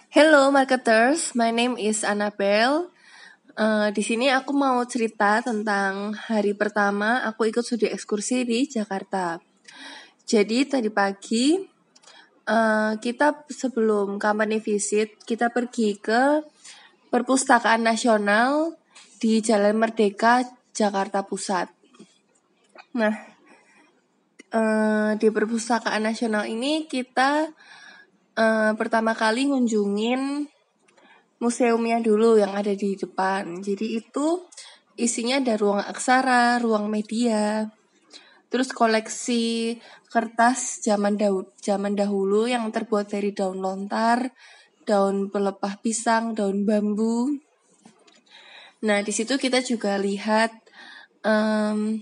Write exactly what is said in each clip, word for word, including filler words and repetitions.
Hello marketers, my name is Annabelle. Uh, di sini aku mau cerita tentang hari pertama aku ikut studi ekskursi di Jakarta. Jadi tadi pagi uh, kita sebelum company visit kita pergi ke Perpustakaan Nasional di Jalan Merdeka, Jakarta Pusat. Nah, uh, di Perpustakaan Nasional ini kita uh, pertama kali ngunjungin museumnya dulu yang ada di depan. Jadi itu isinya ada ruang aksara, ruang media, terus koleksi kertas zaman dahulu, zaman dahulu yang terbuat dari daun lontar, daun pelepah pisang, daun bambu. Nah, di situ kita juga lihat um,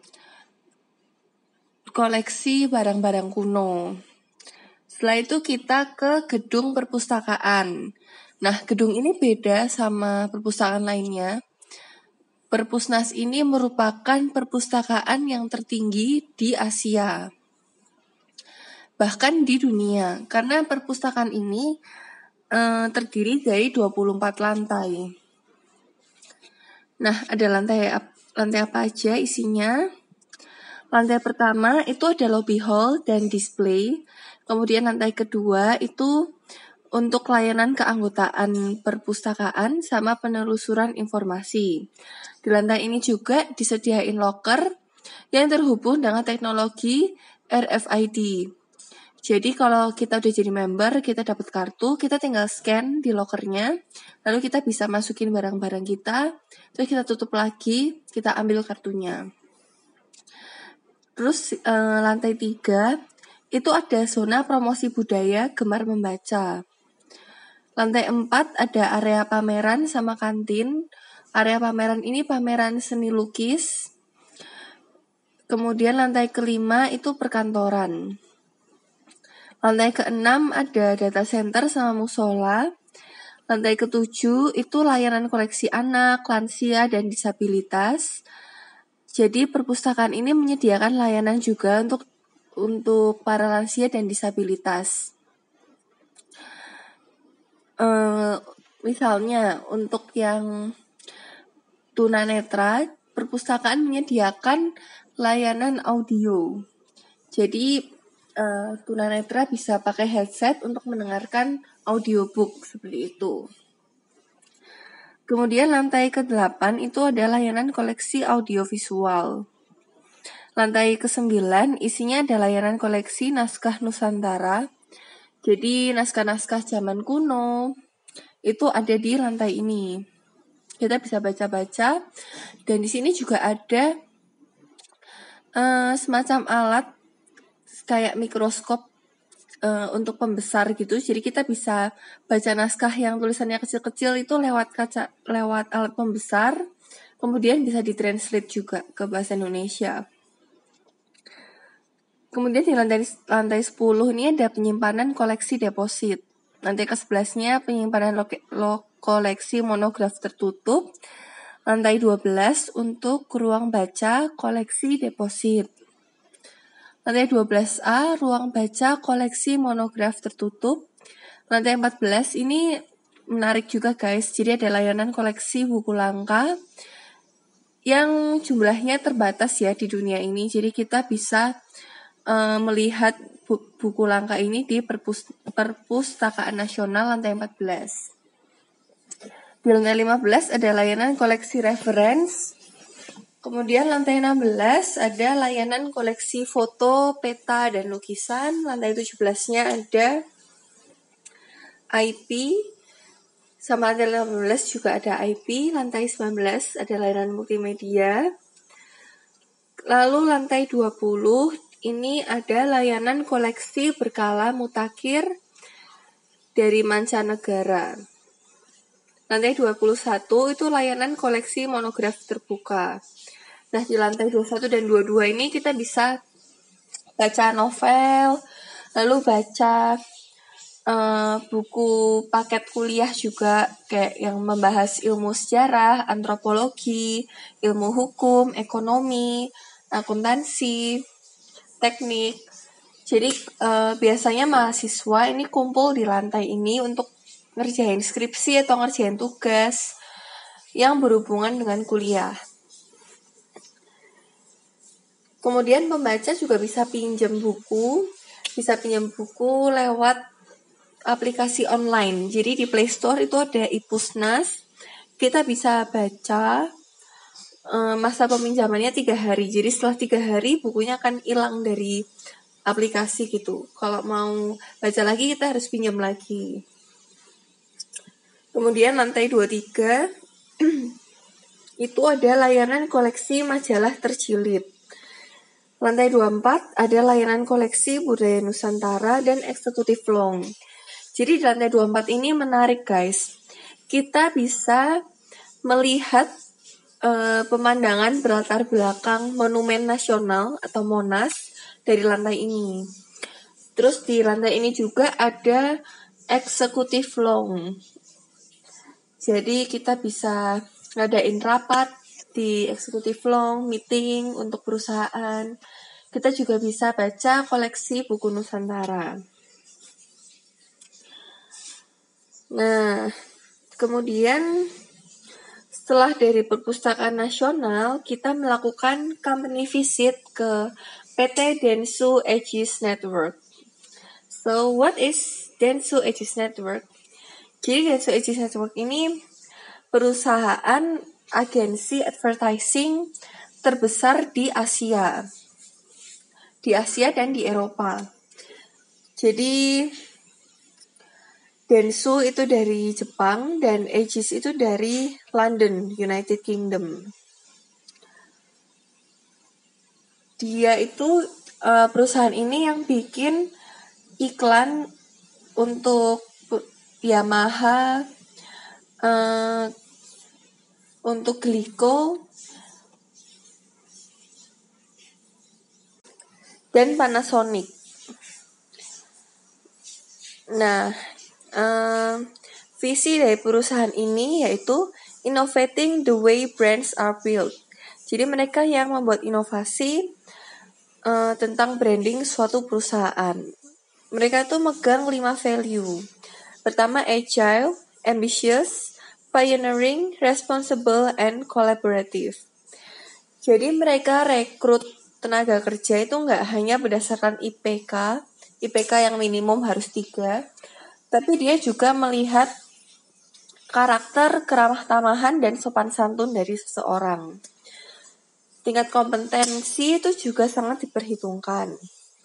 koleksi barang-barang kuno. Setelah itu kita ke gedung perpustakaan. Nah, gedung ini beda sama perpustakaan lainnya. Perpusnas ini merupakan perpustakaan yang tertinggi di Asia. Bahkan di dunia, karena perpustakaan ini eh, terdiri dari dua puluh empat lantai. Nah, ada lantai lantai apa aja isinya? Lantai pertama itu ada lobby hall dan display. Kemudian lantai kedua itu untuk layanan keanggotaan perpustakaan sama penelusuran informasi. Di lantai ini juga disediain locker yang terhubung dengan teknologi R F I D. Jadi kalau kita udah jadi member, kita dapat kartu, kita tinggal scan di lockernya, lalu kita bisa masukin barang-barang kita, terus kita tutup lagi, kita ambil kartunya. Terus eh, lantai tiga itu ada zona promosi budaya gemar membaca. Lantai empat ada area pameran sama kantin. Area pameran ini pameran seni lukis. Kemudian lantai kelima itu perkantoran. Lantai keenam ada data center sama musola. Lantai ketujuh itu layanan koleksi anak, lansia, dan disabilitas. Jadi perpustakaan ini menyediakan layanan juga untuk untuk para lansia dan disabilitas. Uh, misalnya untuk yang tunanetra, perpustakaan menyediakan layanan audio. Jadi uh, tunanetra bisa pakai headset untuk mendengarkan audiobook seperti itu. Kemudian lantai kedelapan itu ada layanan koleksi audiovisual. Lantai kesembilan isinya ada layanan koleksi naskah Nusantara. Jadi naskah-naskah zaman kuno itu ada di lantai ini. Kita bisa baca-baca dan di sini juga ada uh, semacam alat kayak mikroskop uh, untuk pembesar gitu. Jadi kita bisa baca naskah yang tulisannya kecil-kecil itu lewat kaca, lewat alat pembesar. Kemudian bisa ditranslate juga ke bahasa Indonesia. Kemudian di lantai, lantai sepuluh ini ada penyimpanan koleksi deposit. Lantai ke sebelasnya penyimpanan lo, lo, koleksi monograf tertutup. Lantai dua belas untuk ruang baca koleksi deposit. Lantai dua belas A ruang baca koleksi monograf tertutup. Lantai empat belas ini menarik juga guys. Jadi ada layanan koleksi buku langka yang jumlahnya terbatas ya di dunia ini. Jadi kita bisa Uh, melihat bu- buku langka ini di Perpust- Perpustakaan Nasional lantai empat belas. Di lantai lima belas ada layanan koleksi reference. Kemudian lantai enam belas ada layanan koleksi foto, peta, dan lukisan. Lantai tujuh belas-nya ada I P. Sama lantai delapan belas juga ada I P. Lantai sembilan belas ada layanan multimedia. Lalu lantai dua puluh ini ada layanan koleksi berkala mutakhir dari mancanegara. Lantai dua puluh satu itu layanan koleksi monograf terbuka. Nah, di lantai dua puluh satu dan dua puluh dua ini kita bisa baca novel, lalu baca uh, buku paket kuliah juga kayak yang membahas ilmu sejarah, antropologi, ilmu hukum, ekonomi, akuntansi, teknik. Jadi uh, biasanya mahasiswa ini kumpul di lantai ini untuk ngerjain skripsi atau ngerjain tugas yang berhubungan dengan kuliah. Kemudian pembaca juga bisa pinjam buku, bisa pinjam buku lewat aplikasi online. Jadi di Play Store itu ada iPusnas, kita bisa baca, e, masa peminjamannya tiga hari. Jadi setelah tiga hari bukunya akan hilang dari aplikasi gitu. Kalau mau baca lagi kita harus pinjam lagi. Kemudian lantai dua puluh tiga itu ada layanan koleksi majalah terjilid. Lantai dua puluh empat ada layanan koleksi budaya Nusantara dan eksekutif long. Jadi di lantai dua puluh empat ini menarik guys. Kita bisa melihat uh, pemandangan berlatar belakang Monumen Nasional atau Monas dari lantai ini. Terus di lantai ini juga ada eksekutif long. Jadi kita bisa ngadain rapat di eksekutif long, meeting untuk perusahaan. Kita juga bisa baca koleksi buku Nusantara. Nah, kemudian setelah dari Perpustakaan Nasional, kita melakukan company visit ke P T Dentsu Aegis Network. So, what is Dentsu Aegis Network? Jadi Dentsu Aegis Network ini perusahaan agensi advertising terbesar di Asia. Di Asia dan di Eropa. Jadi Dentsu itu dari Jepang dan Aegis itu dari London, United Kingdom. Dia itu uh, perusahaan ini yang bikin iklan untuk Yamaha, uh, untuk Glico, dan Panasonic. Nah, uh, visi dari perusahaan ini yaitu innovating the way brands are built. Jadi mereka yang membuat inovasi uh, tentang branding suatu perusahaan. Mereka tuh megang lima value. Pertama, agile, ambitious, pioneering, responsible, and collaborative. Jadi mereka rekrut tenaga kerja itu nggak hanya berdasarkan I P K, I P K yang minimum harus tiga, tapi dia juga melihat karakter, keramah tamahan, dan sopan santun dari seseorang. Tingkat kompetensi itu juga sangat diperhitungkan.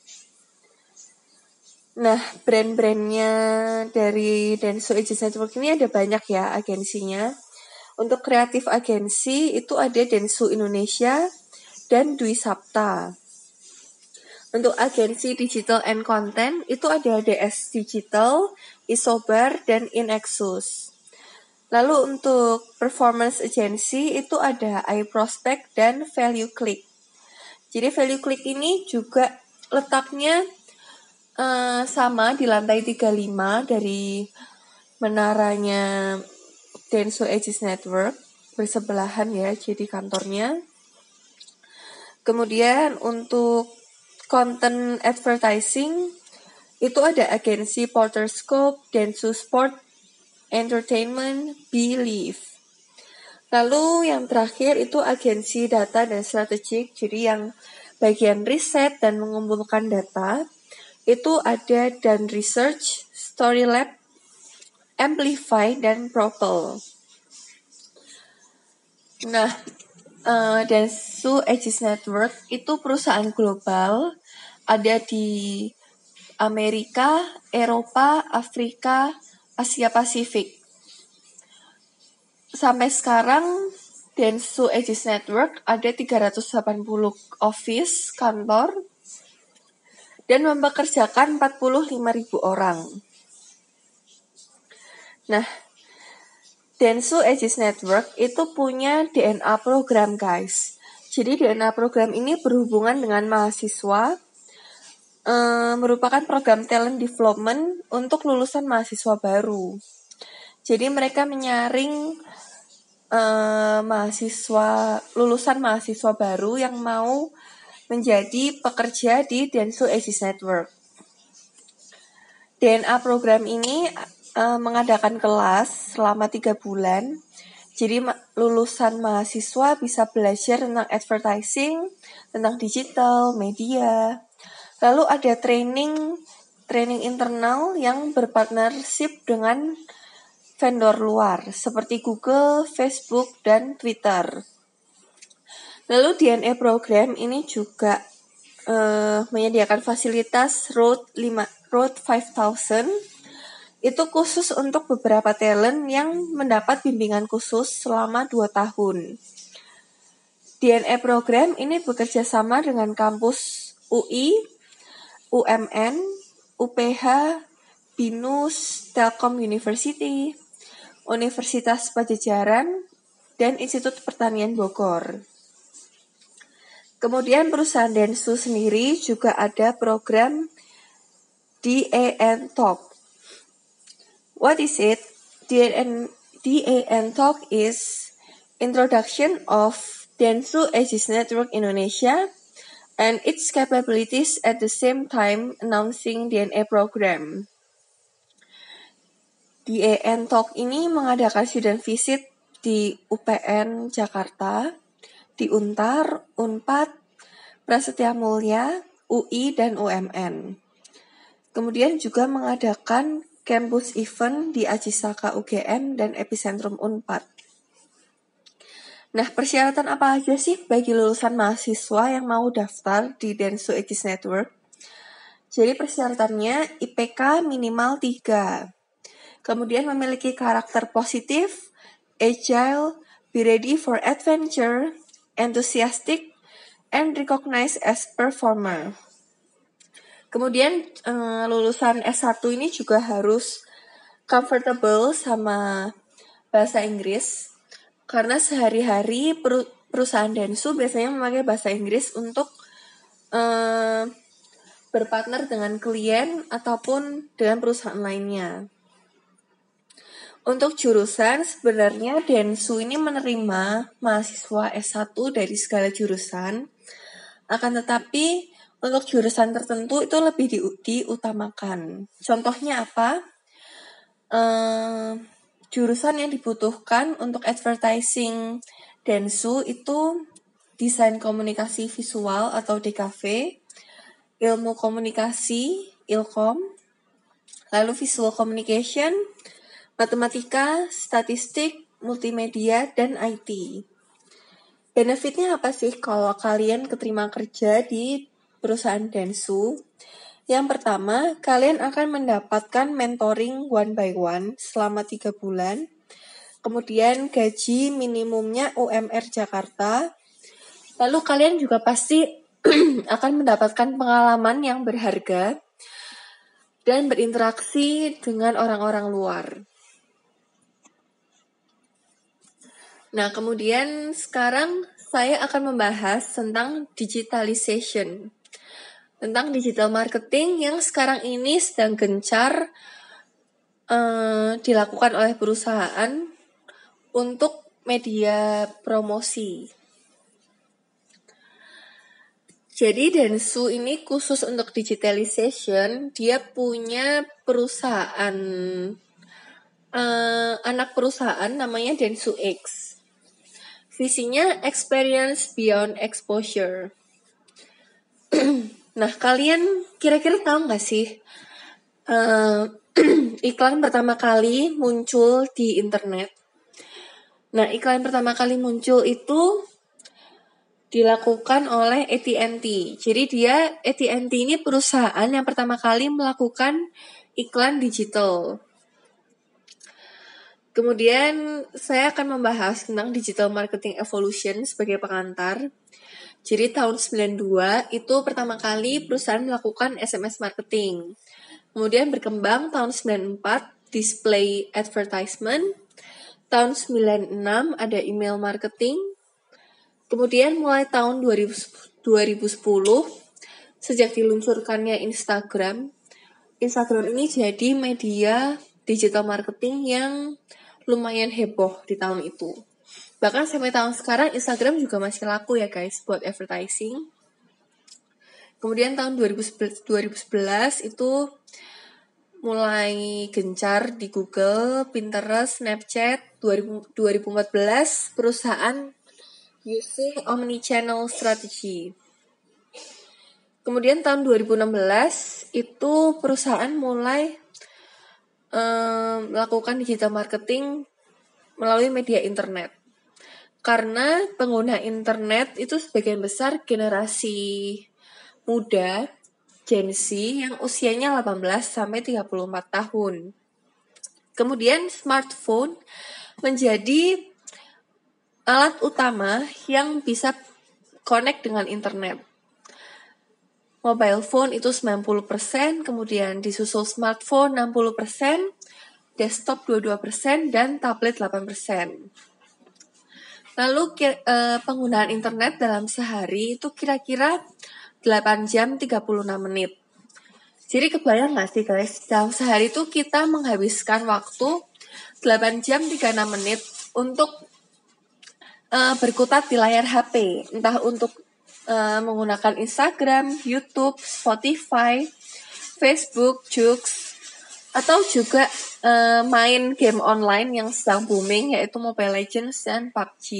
Nah, brand-brandnya dari Dentsu Aegis Network ini ada banyak ya agensinya. Untuk kreatif agensi itu ada Dentsu Indonesia dan Dwi Sapta. Untuk agensi digital and content itu ada D S Digital, Isobar, dan Inexus. Lalu untuk performance agency itu ada iProspect dan Value Click. Jadi Value Click ini juga letaknya Uh, sama di lantai tiga puluh lima dari menaranya Dentsu Aegis Network, bersebelahan ya, jadi kantornya. Kemudian untuk content advertising itu ada agensi Porterscope, Dentsu Sport Entertainment, Believe. Lalu yang terakhir itu agensi data dan strategik, jadi yang bagian riset dan mengumpulkan data. Itu ada Dan Research, Storylab, Amplify, dan Propel. Nah, uh, Dentsu Aegis Network itu perusahaan global, ada di Amerika, Eropa, Afrika, Asia Pasifik. Sampai sekarang Dentsu Aegis Network ada tiga ratus delapan puluh office, kantor, dan mempekerjakan empat puluh lima ribu orang. Nah, Dentsu Aegis Network itu punya D N A program guys. Jadi D N A program ini berhubungan dengan mahasiswa, e, merupakan program talent development untuk lulusan mahasiswa baru. Jadi mereka menyaring e, mahasiswa lulusan mahasiswa baru yang mau menjadi pekerja di Dentsu Aegis Network. D N A program ini uh, mengadakan kelas selama tiga bulan. Jadi ma- lulusan mahasiswa bisa belajar tentang advertising, tentang digital, media. Lalu ada training training internal yang berpartnership dengan vendor luar seperti Google, Facebook, dan Twitter. Lalu D N A program ini juga uh, menyediakan fasilitas Road lima Road lima ribu. Itu khusus untuk beberapa talent yang mendapat bimbingan khusus selama dua tahun. D N A program ini bekerja sama dengan kampus U I, U M N, U P H, Binus, Telkom University, Universitas Pajajaran, dan Institut Pertanian Bogor. Kemudian perusahaan Dentsu sendiri juga ada program D A N Talk. What is it? D A N, D A N Talk is introduction of Dentsu Aegis Network Indonesia and its capabilities at the same time announcing D N A program. D A N Talk ini mengadakan student visit di U P N Jakarta, di Untar, Unpad, Prasetya Mulia, U I, dan U M N. Kemudian juga mengadakan campus event di Ajisaka U G M dan Epicentrum Unpad. Nah, persyaratan apa aja sih bagi lulusan mahasiswa yang mau daftar di Dentsu Aegis Network? Jadi persyaratannya I P K minimal tiga. Kemudian memiliki karakter positif, agile, be ready for adventure, enthusiastic, and recognized as performer. Kemudian uh, lulusan S satu ini juga harus comfortable sama bahasa Inggris. Karena sehari-hari per- perusahaan Dentsu biasanya memakai bahasa Inggris untuk uh, berpartner dengan klien ataupun dengan perusahaan lainnya. Untuk jurusan, sebenarnya Dentsu ini menerima mahasiswa S satu dari segala jurusan. Akan tetapi, untuk jurusan tertentu itu lebih di, diutamakan. Contohnya apa? Uh, jurusan yang dibutuhkan untuk advertising Dentsu itu desain komunikasi visual atau D K V, ilmu komunikasi, Ilkom, lalu visual communication, matematika, statistik, multimedia, dan I T. Benefitnya apa sih kalau kalian keterima kerja di perusahaan Dentsu? Yang pertama, kalian akan mendapatkan mentoring one by one selama tiga bulan. Kemudian gaji minimumnya U M R Jakarta. Lalu kalian juga pasti akan mendapatkan pengalaman yang berharga dan berinteraksi dengan orang-orang luar. Nah, kemudian sekarang saya akan membahas tentang digitalization. Tentang digital marketing yang sekarang ini sedang gencar uh, dilakukan oleh perusahaan untuk media promosi. Jadi Dentsu ini khusus untuk digitalization, dia punya perusahaan, uh, anak perusahaan namanya Dentsu X. Visinya experience beyond exposure. Nah, kalian kira-kira tahu nggak sih uh, iklan pertama kali muncul di internet? Nah, iklan pertama kali muncul itu dilakukan oleh A T and T. Jadi dia A T and T ini perusahaan yang pertama kali melakukan iklan digital. Kemudian saya akan membahas tentang digital marketing evolution sebagai pengantar. Jadi tahun sembilan puluh dua itu pertama kali perusahaan melakukan S M S marketing. Kemudian berkembang tahun sembilan puluh empat display advertisement. Tahun sembilan puluh enam ada email marketing. Kemudian mulai tahun dua ribu sepuluh sejak diluncurkannya Instagram. Instagram ini jadi media digital marketing yang lumayan heboh di tahun itu. Bahkan sampai tahun sekarang Instagram juga masih laku ya guys buat advertising. Kemudian tahun dua ribu sebelas itu mulai gencar di Google, Pinterest, Snapchat. dua ribu empat belas perusahaan using omnichannel strategy. Kemudian tahun dua ribu enam belas itu perusahaan mulai um, melakukan digital marketing melalui media internet. Karena pengguna internet itu sebagian besar generasi muda, Gen Z yang usianya delapan belas sampai tiga puluh empat tahun. Kemudian smartphone menjadi alat utama yang bisa connect dengan internet. Mobile phone itu sembilan puluh persen, kemudian disusul smartphone enam puluh persen, desktop dua puluh dua persen, dan tablet delapan persen. Lalu eh, penggunaan internet dalam sehari itu kira-kira delapan jam tiga puluh enam menit. Jadi kebayang gak sih guys, dalam sehari itu kita menghabiskan waktu delapan jam tiga puluh enam menit untuk uh, berkutat di layar H P. Entah untuk uh, menggunakan Instagram, YouTube, Spotify, Facebook, Joox, atau juga uh, main game online yang sedang booming yaitu Mobile Legends dan P U B G.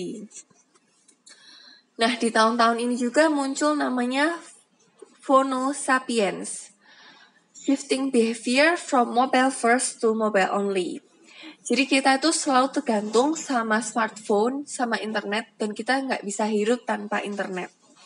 Nah, di tahun-tahun ini juga muncul namanya Phono Sapiens. Shifting behavior from mobile first to mobile only. Jadi kita itu selalu tergantung sama smartphone, sama internet, dan kita nggak bisa hidup tanpa internet.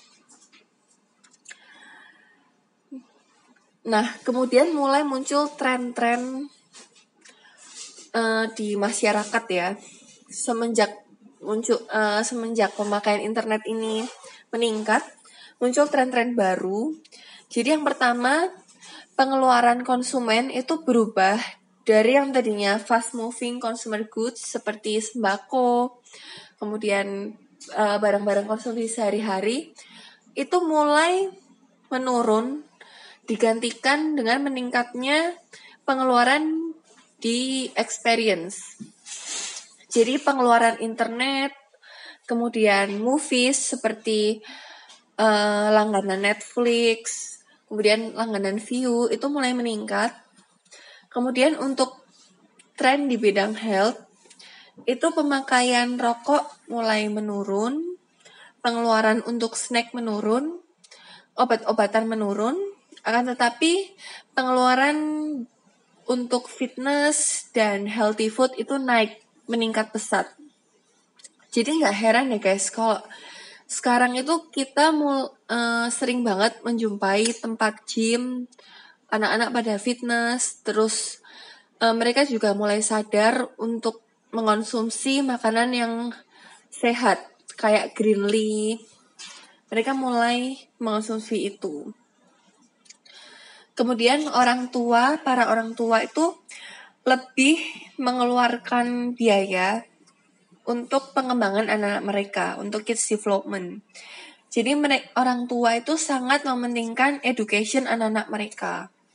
Nah, kemudian mulai muncul tren-tren uh, di masyarakat ya. Semenjak muncul uh, semenjak pemakaian internet ini meningkat, muncul tren-tren baru. Jadi yang pertama, pengeluaran konsumen itu berubah dari yang tadinya fast moving consumer goods seperti sembako, kemudian uh, barang-barang konsumsi sehari-hari, itu mulai menurun, digantikan dengan meningkatnya pengeluaran di experience. Jadi pengeluaran internet, kemudian movies seperti uh, langganan Netflix, kemudian langganan view itu mulai meningkat. Kemudian untuk tren di bidang health, itu pemakaian rokok mulai menurun, pengeluaran untuk snack menurun, obat-obatan menurun, akan tetapi pengeluaran untuk fitness dan healthy food itu naik, meningkat pesat. Jadi nggak heran ya guys, kalau sekarang itu kita mul, uh, sering banget menjumpai tempat gym, anak-anak pada fitness, terus uh, mereka juga mulai sadar untuk mengonsumsi makanan yang sehat, kayak Greenly. Mereka mulai mengonsumsi itu. Kemudian orang tua, para orang tua itu lebih mengeluarkan biaya untuk pengembangan anak-anak mereka, untuk kids development. Jadi mereka, orang tua itu sangat mementingkan education anak-anak mereka.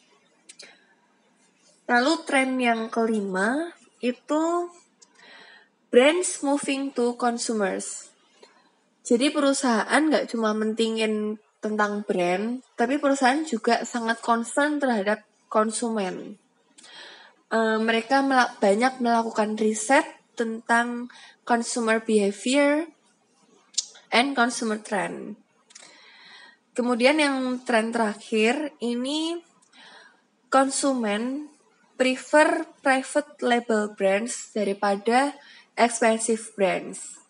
Lalu tren yang kelima itu brands moving to consumers. Jadi perusahaan nggak cuma mentingin tentang brand, tapi perusahaan juga sangat concern terhadap konsumen. E, mereka melak- banyak melakukan riset tentang consumer behavior and consumer trend. Kemudian yang tren terakhir ini konsumen prefer private label brands daripada expensive brands.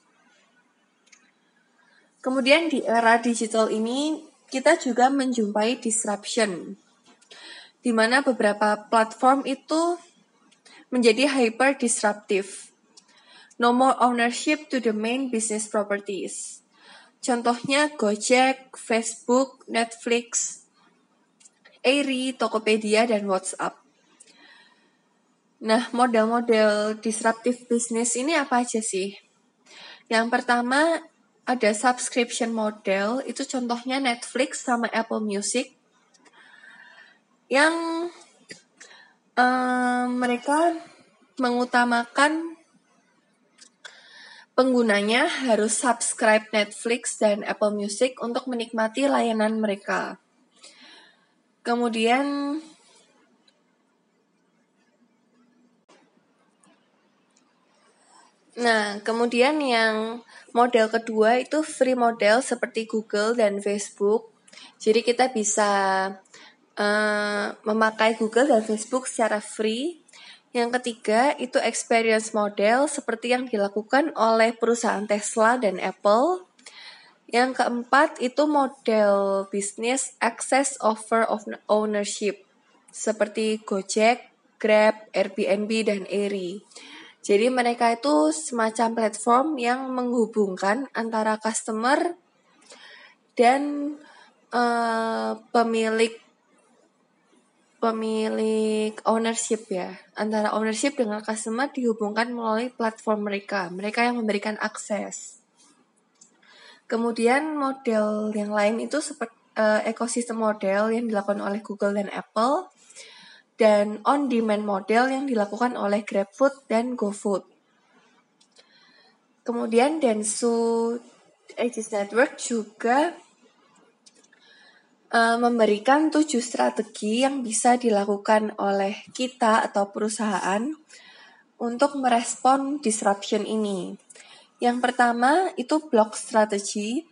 Kemudian di era digital ini kita juga menjumpai disruption, di mana beberapa platform itu menjadi hyper disruptive. No more ownership to the main business properties. Contohnya Gojek, Facebook, Netflix, Airi, Tokopedia, dan WhatsApp. Nah, model-model disruptive business ini apa aja sih? Yang pertama ada subscription model, itu contohnya Netflix sama Apple Music, yang um, mereka mengutamakan penggunanya harus subscribe Netflix dan Apple Music untuk menikmati layanan mereka. Kemudian Nah, kemudian yang model kedua itu free model seperti Google dan Facebook. Jadi kita bisa uh, memakai Google dan Facebook secara free. Yang ketiga itu experience model seperti yang dilakukan oleh perusahaan Tesla dan Apple. Yang keempat itu model bisnis access offer of ownership seperti Gojek, Grab, Airbnb, dan Airi. Jadi mereka itu semacam platform yang menghubungkan antara customer dan uh, pemilik pemilik ownership ya. Antara ownership dengan customer dihubungkan melalui platform mereka. Mereka yang memberikan akses. Kemudian model yang lain itu seperti uh, ekosistem model yang dilakukan oleh Google dan Apple, dan on-demand model yang dilakukan oleh GrabFood dan GoFood. Kemudian Dentsu Aegis Network juga uh, memberikan tujuh strategi yang bisa dilakukan oleh kita atau perusahaan untuk merespon disruption ini. Yang pertama itu block strategy.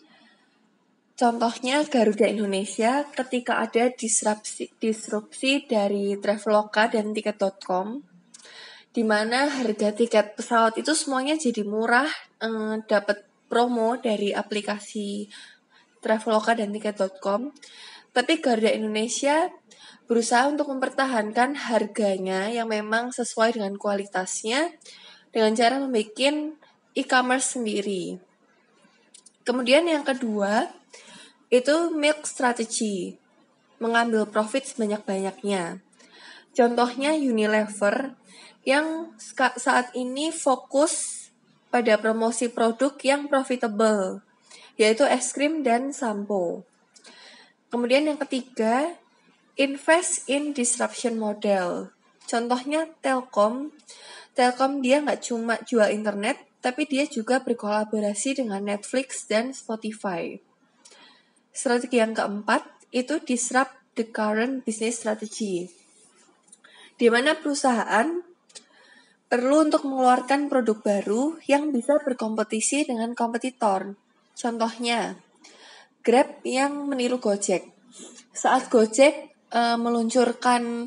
Contohnya Garuda Indonesia ketika ada disrupsi, disrupsi dari Traveloka dan tiket dot com, di mana harga tiket pesawat itu semuanya jadi murah, eh, dapat promo dari aplikasi Traveloka dan tiket dot com. Tapi Garuda Indonesia berusaha untuk mempertahankan harganya yang memang sesuai dengan kualitasnya dengan cara membuat e-commerce sendiri. Kemudian yang kedua, itu milk strategy, mengambil profit sebanyak-banyaknya. Contohnya Unilever yang saat ini fokus pada promosi produk yang profitable, yaitu es krim dan sampo. Kemudian yang ketiga, invest in disruption model. Contohnya Telkom. Telkom dia nggak cuma jual internet, tapi dia juga berkolaborasi dengan Netflix dan Spotify. Strategi yang keempat itu disrupt the current business strategy, di mana perusahaan perlu untuk mengeluarkan produk baru yang bisa berkompetisi dengan kompetitor. Contohnya, Grab yang meniru Gojek. Saat Gojek uh, meluncurkan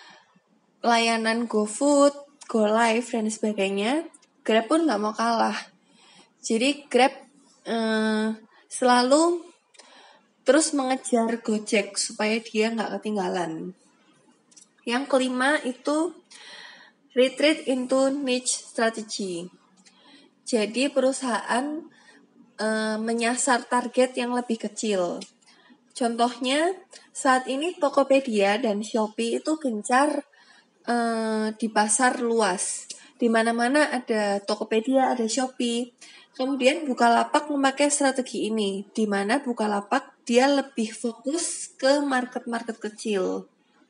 layanan GoFood, GoLive, dan sebagainya, Grab pun nggak mau kalah. Jadi Grab uh, selalu terus mengejar Gojek supaya dia nggak ketinggalan. Yang kelima itu retreat into niche strategy. Jadi perusahaan e, menyasar target yang lebih kecil. Contohnya saat ini Tokopedia dan Shopee itu gencar e, di pasar luas. Di mana-mana ada Tokopedia, ada Shopee. Kemudian Bukalapak memakai strategi ini, di mana Bukalapak dia lebih fokus ke market-market kecil.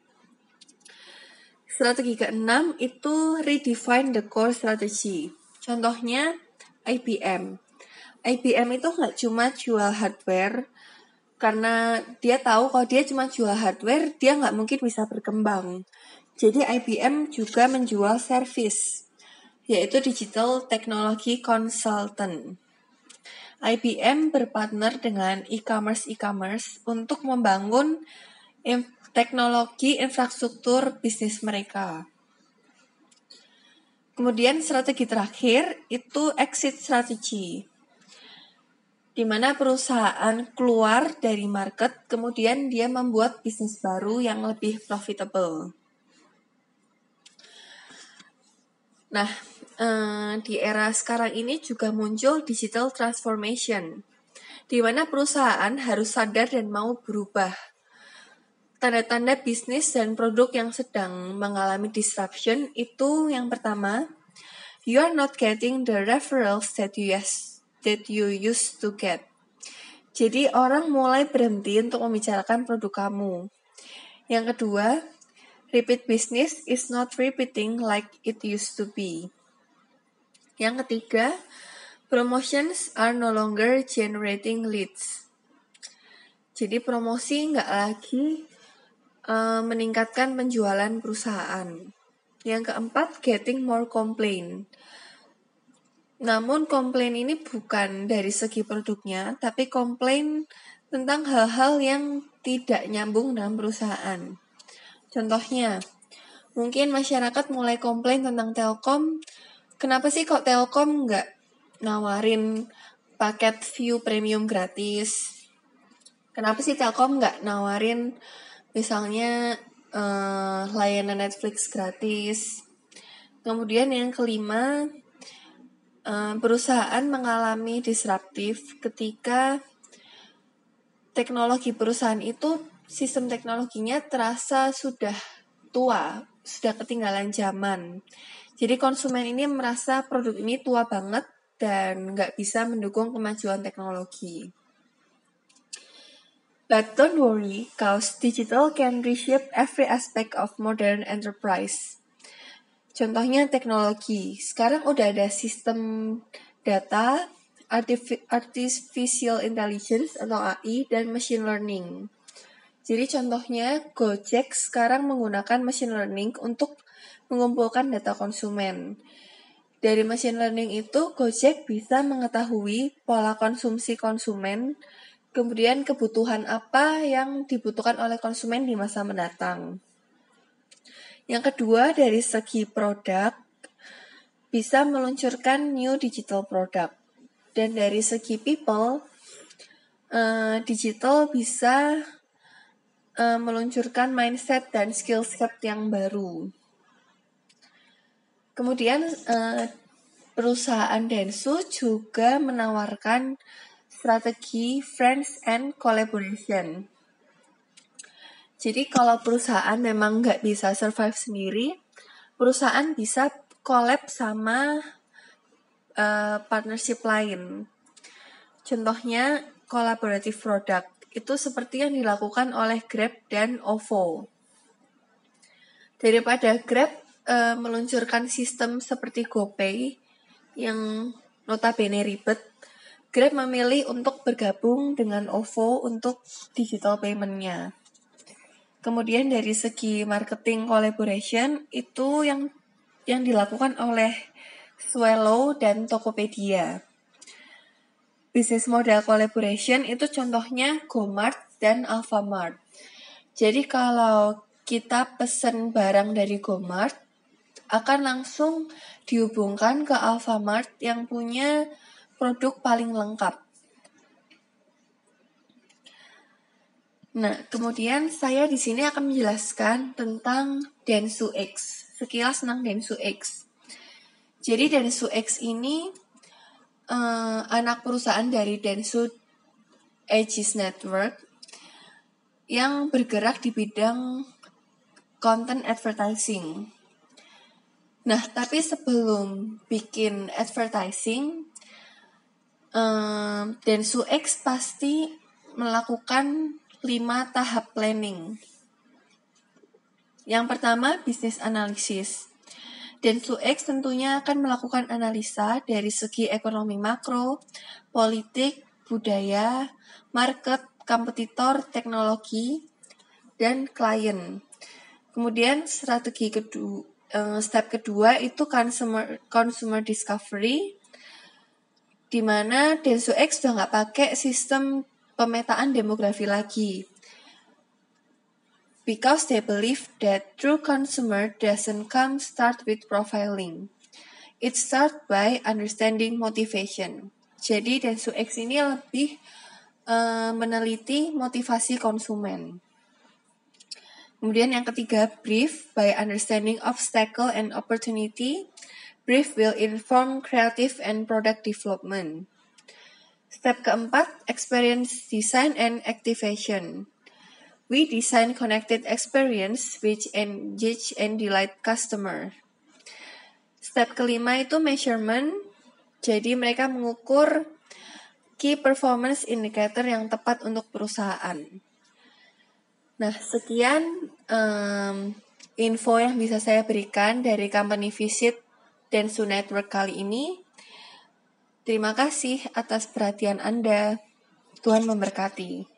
Strategi keenam itu redefine the core strategy. Contohnya I B M. I B M itu nggak cuma jual hardware, karena dia tahu kalau dia cuma jual hardware, dia nggak mungkin bisa berkembang. Jadi I B M juga menjual service, yaitu Digital Technology Consultant. I B M berpartner dengan e-commerce e-commerce untuk membangun in- teknologi infrastruktur bisnis mereka. Kemudian strategi terakhir itu exit strategy, di mana perusahaan keluar dari market, kemudian dia membuat bisnis baru yang lebih profitable. Nah, eh, di era sekarang ini juga muncul digital transformation, di mana perusahaan harus sadar dan mau berubah. Tanda-tanda bisnis dan produk yang sedang mengalami disruption itu yang pertama, you are not getting the referrals that you, yes, that you used to get. Jadi orang mulai berhenti untuk membicarakan produk kamu. Yang kedua, repeat business is not repeating like it used to be. Yang ketiga, promotions are no longer generating leads. Jadi promosi nggak lagi uh, meningkatkan penjualan perusahaan. Yang keempat, getting more complaint. Namun komplain ini bukan dari segi produknya, tapi komplain tentang hal-hal yang tidak nyambung dalam perusahaan. Contohnya, mungkin masyarakat mulai komplain tentang Telkom, kenapa sih kok Telkom nggak nawarin paket view premium gratis? Kenapa sih Telkom nggak nawarin misalnya uh, layanan Netflix gratis? Kemudian yang kelima, uh, perusahaan mengalami disruptif ketika teknologi perusahaan itu, sistem teknologinya terasa sudah tua, sudah ketinggalan zaman. Jadi konsumen ini merasa produk ini tua banget dan nggak bisa mendukung kemajuan teknologi. But don't worry, cause digital can reshape every aspect of modern enterprise. Contohnya teknologi. Sekarang udah ada sistem data, artificial intelligence atau A I, dan machine learning. Jadi contohnya Gojek sekarang menggunakan machine learning untuk mengumpulkan data konsumen. Dari machine learning itu, Gojek bisa mengetahui pola konsumsi konsumen, kemudian kebutuhan apa yang dibutuhkan oleh konsumen di masa mendatang. Yang kedua, dari segi produk, bisa meluncurkan new digital product. Dan dari segi people, uh, digital bisa uh, meluncurkan mindset dan skill set yang baru. Kemudian uh, perusahaan Dentsu juga menawarkan strategi friends and collaboration. Jadi kalau perusahaan memang nggak bisa survive sendiri, perusahaan bisa collab sama uh, partnership lain. Contohnya collaborative product. Itu seperti yang dilakukan oleh Grab dan O V O. Daripada Grab uh, meluncurkan sistem seperti GoPay yang notabene ribet, Grab memilih untuk bergabung dengan O V O untuk digital payment-nya. Kemudian dari segi marketing collaboration itu yang yang dilakukan oleh Swallow dan Tokopedia. Business model collaboration itu contohnya GoMart dan Alfamart. Jadi kalau kita pesen barang dari GoMart, akan langsung dihubungkan ke Alfamart yang punya produk paling lengkap. Nah, kemudian saya di sini akan menjelaskan tentang Dentsu X. Sekilas tentang Dentsu X. Jadi Dentsu X ini uh, anak perusahaan dari Dentsu Aegis Network yang bergerak di bidang content advertising. Nah, tapi sebelum bikin advertising, uh, Dentsu X pasti melakukan lima tahap planning. Yang pertama, business analysis. Dentsu X tentunya akan melakukan analisa dari segi ekonomi makro, politik, budaya, market, kompetitor, teknologi, dan klien. Kemudian strategi kedua, step kedua itu consumer consumer discovery, di mana Dentsu X sudah nggak pakai sistem pemetaan demografi lagi. Because they believe that true consumer doesn't come start with profiling. It start by understanding motivation. Jadi Dentsu X ini lebih uh, meneliti motivasi konsumen. Kemudian yang ketiga, brief by understanding obstacle and opportunity. Brief will inform creative and product development. Step keempat, experience design and activation. We design connected experience which engage and delight customer. Step kelima itu measurement. Jadi mereka mengukur key performance indicator yang tepat untuk perusahaan. Nah, sekian um, info yang bisa saya berikan dari company visit Dentsu Network kali ini. Terima kasih atas perhatian Anda. Tuhan memberkati.